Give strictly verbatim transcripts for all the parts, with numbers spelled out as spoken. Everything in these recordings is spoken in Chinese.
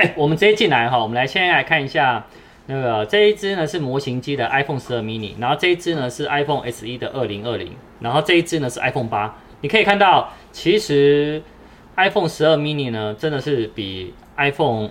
哎，我们直接进来哈，我们来现在来看一下那个这一支呢是模型机的 iPhone 十二 mini， 然后这一支呢是 iPhone S E 的二零二零，然后这一支呢是 iPhone 八。你可以看到，其实 iPhone 十二 mini 呢真的是比 iPhone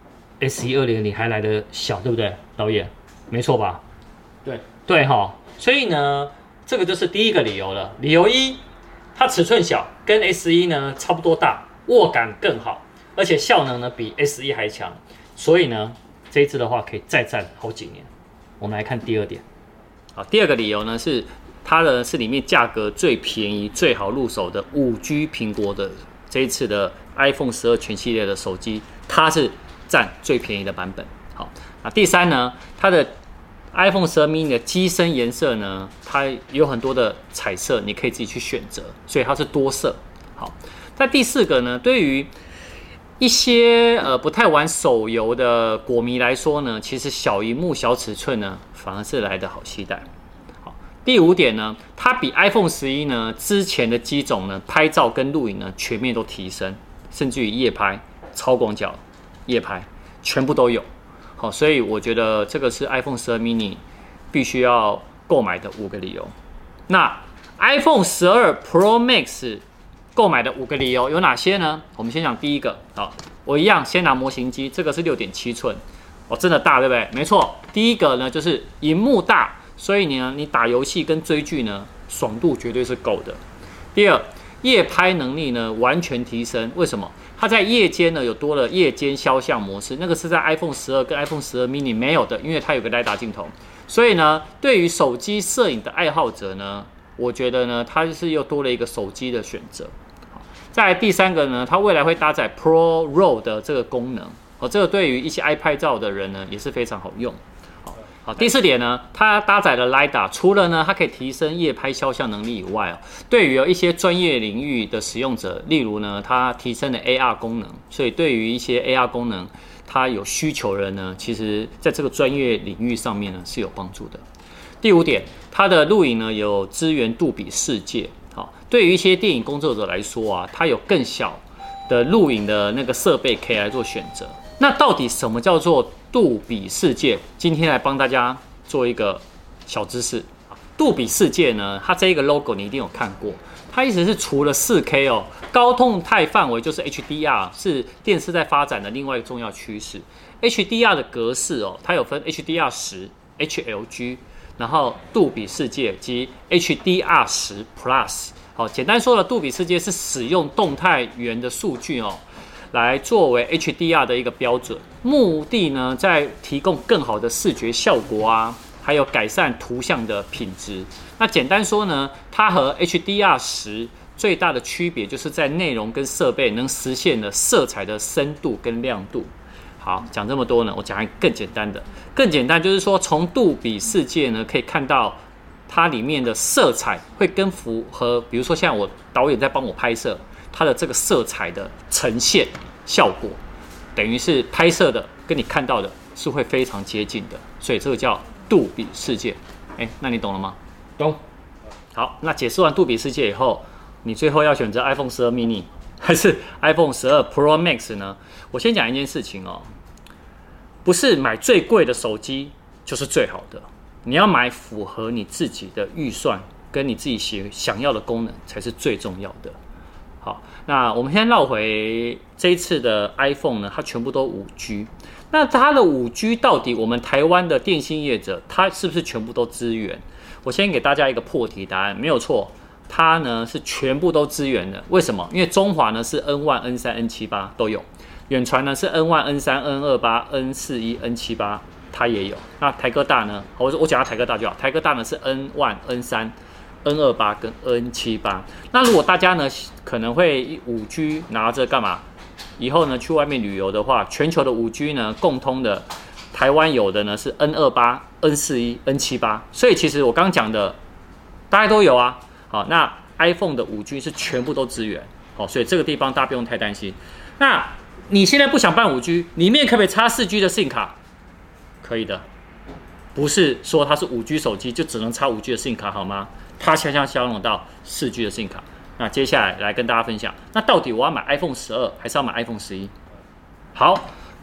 S E 二零二零还来得小，对不对，导演？没错吧？ 对对哈，所以呢，这个就是第一个理由了。理由一，它尺寸小，跟 S E 呢差不多大，握感更好，而且效能呢比 S E 还强，所以呢，这一支的话可以再战好几年。我们来看第二点。好，第二个理由呢是它的是里面价格最便宜、最好入手的五 G 苹果的这一次的 iPhone 十二全系列的手机，它是占最便宜的版本。好，那第三呢，它的 iPhone 十二 mini 的机身颜色呢，它有很多的彩色，你可以自己去选择，所以它是多色。好，在第四个呢，对于一些呃不太玩手游的果迷来说呢，其实小萤幕、小尺寸呢，反而是来得好携带。好，第五点呢，它比 iPhone 十一呢之前的机种呢，拍照跟录影呢全面都提升，甚至于夜拍、超广角夜拍全部都有。好，所以我觉得这个是 iPhone 十二 mini 必须要购买的五个理由。那 iPhone 十二 Pro Max 购买的五个理由有哪些呢？我们先讲第一个。好，我一样先拿模型机，这个是 六点七寸，哦，真的大，对不对？没错。第一个呢就是萤幕大，所以呢你打游戏跟追剧呢爽度绝对是够的。第二，夜拍能力呢完全提升，为什么？它在夜间呢有多了夜间肖像模式，那个是在 iPhone 十二跟 iPhone 十二 mini 没有的，因为它有个 LiDAR 镜头。所以呢，对于手机摄影的爱好者呢，我觉得呢，它就是又多了一个手机的选择。再来第三个呢，它未来会搭载 Pro RAW 的这个功能，哦，这个对于一些爱拍照的人呢也是非常好用。好，好，第四点呢，它搭载了 LiDAR， 除了呢它可以提升夜拍肖像能力以外哦，对于有一些专业领域的使用者，例如呢它提升了 A R 功能，所以对于一些 A R 功能它有需求的人呢，其实在这个专业领域上面呢是有帮助的。第五点，它的录影呢有支援杜比世界。好，对于一些电影工作者来说啊，它有更小的录影的那个设备可以来做选择。那到底什么叫做杜比世界？今天来帮大家做一个小知识。杜比世界呢，它这一个 logo 你一定有看过，它意思是除了 四K 哦，高动态范围就是 H D R， 是电视在发展的另外一个重要趋势。H D R 的格式哦，它有分 H D R 十、H L G。然后杜比世界及 H D R 十 Plus， 好，简单说了，杜比世界是使用动态源的数据哦，来作为 H D R 的一个标准，目的呢，在提供更好的视觉效果啊，还有改善图像的品质。那简单说呢，它和 H D R 十最大的区别就是在内容跟设备能实现的色彩的深度跟亮度。好，讲这么多呢，我讲一个更简单的，更简单就是说，从杜比世界呢可以看到它里面的色彩会更符合，比如说像我导演在帮我拍摄，它的这个色彩的呈现效果，等于是拍摄的跟你看到的是会非常接近的，所以这个叫杜比世界。哎，那你懂了吗？ 懂。 好，那解释完杜比世界以后，你最后要选择 iPhone 十二 mini 还是 iPhone 十二 Pro Max 呢？我先讲一件事情哦，不是买最贵的手机就是最好的，你要买符合你自己的预算跟你自己想要的功能才是最重要的。好，那我们先绕回这一次的 iPhone 呢，它全部都 五 G。那它的 五 G 到底我们台湾的电信业者，它是不是全部都支援？我先给大家一个破题答案，没有错。它呢是全部都支援的，为什么？因为中华呢是 N 一、N 三、N 七十八 都有，远传呢是 N 一、N 三、N 二十八、N 四十一、N 七十八 它也有。那台哥大呢？我我讲到台哥大就好，台哥大呢是 N 一、N 三、N 二十八 跟 N 七十八。那如果大家呢可能会 五 G 拿着干嘛？以后呢去外面旅游的话，全球的 五 G 呢共通的，台湾有的呢是 N 二十八、N 四十一、N 七十八。所以其实我刚刚讲的大家都有啊。好，那 iPhone 的 五 G 是全部都支援，好，所以这个地方大家不用太担心。那你现在不想办 五 G， 里面可不可以插 四 G 的 SIM 卡？可以的，不是说它是 五 G 手机就只能插 五 G 的 SIM 卡好吗？它镶镶相容到 四 G 的 SIM 卡。那接下来来跟大家分享，那到底我要买 iPhone 十二还是要买 iPhone 十一？好，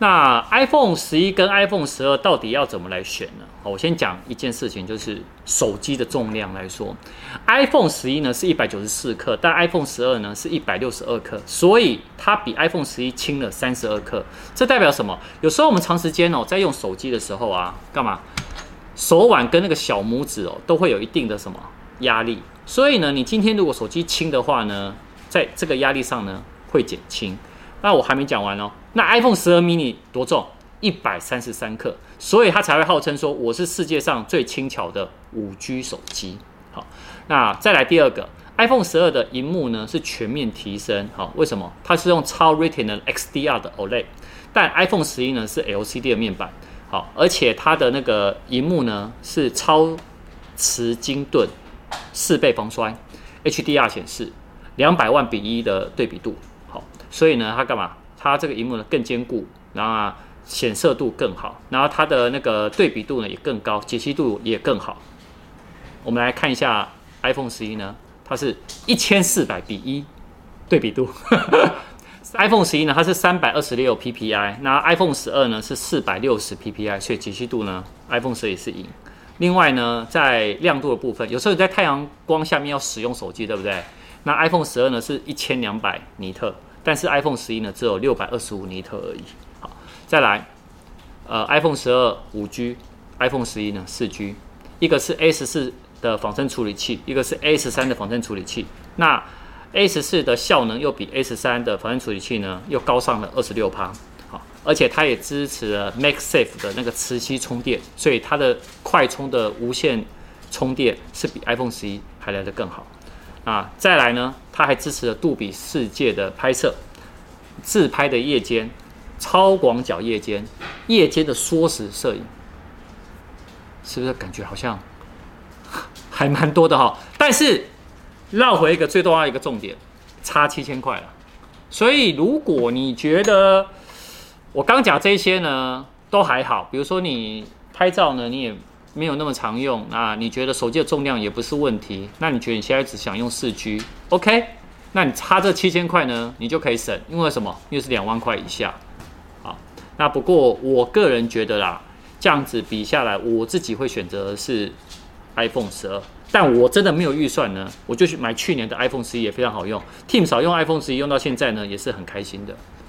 那 iPhone 十一跟 iPhone 十二到底要怎么来选呢？我先讲一件事情，就是手机的重量来说 ，iPhone 十一呢是一百九十四克，但 iPhone 十二呢是一百六十二克，所以它比 iPhone 十一轻了三十二克。这代表什么？有时候我们长时间哦在用手机的时候啊，干嘛？手腕跟那个小拇指哦都会有一定的什么压力，所以呢，你今天如果手机轻的话呢，在这个压力上呢会减轻。那我还没讲完哦。那 iPhone 十二 mini 多重？一百三十三克，所以它才会号称说我是世界上最轻巧的 五 G 手机。好，那再来第二个 ，iPhone 十二的萤幕呢是全面提升。好，为什么？它是用超 Retina X D R 的 O L E D， 但 iPhone 十一呢是 L C D 的面板。好，而且它的那个萤幕呢是超磁晶盾，四倍防摔 ，H D R 显示，两百万比一的对比度。好，所以呢，它干嘛？它这个萤幕呢更坚固，然后啊显色度更好，然后它的那个对比度呢也更高，解析度也更好。我们来看一下 iPhone 十一呢，它是一千四百比一对比度。iPhone 十一呢，它是三百二十六 P P I， 那 iPhone 十二呢是四百六十 P P I， 所以解析度呢 ，iPhone 十二也是赢。另外呢，在亮度的部分，有时候你在太阳光下面要使用手机，对不对？那 iPhone 十二呢是一千两百尼特，但是 iPhone 十一呢只有六百二十五尼特而已。好，再来，呃 ，iPhone 十二 五 G，iPhone 十一呢四 G， 一个是 A 十四 的仿生处理器，一个是 A 十三 的仿生处理器。那 A 十四 的效能又比 A 十三 的仿生处理器呢又高上了 百分之二十六。好，而且它也支持了 MagSafe 的那个磁吸充电，所以它的快充的无线充电是比 iPhone 十一还来得更好。啊，再来呢，它还支持了杜比世界的拍摄，自拍的夜间，超广角夜间，夜间的缩时摄影，是不是感觉好像还蛮多的哈？但是绕回一个最重要的一个重点，差七千块了。所以如果你觉得我刚讲这些呢都还好，比如说你拍照呢，你也没有那么常用，那你觉得手机的重量也不是问题，那你觉得你现在只想用四 G， OK， 那你差这七千块呢，你就可以省，因为什么？因为是两万块以下。好，那不过我个人觉得啦，这样子比下来，我自己会选择的是 iPhone 十二，但我真的没有预算呢，我就去买去年的 iPhone 十一也非常好用 ，Team 少用 iPhone 十一用到现在呢，也是很开心的。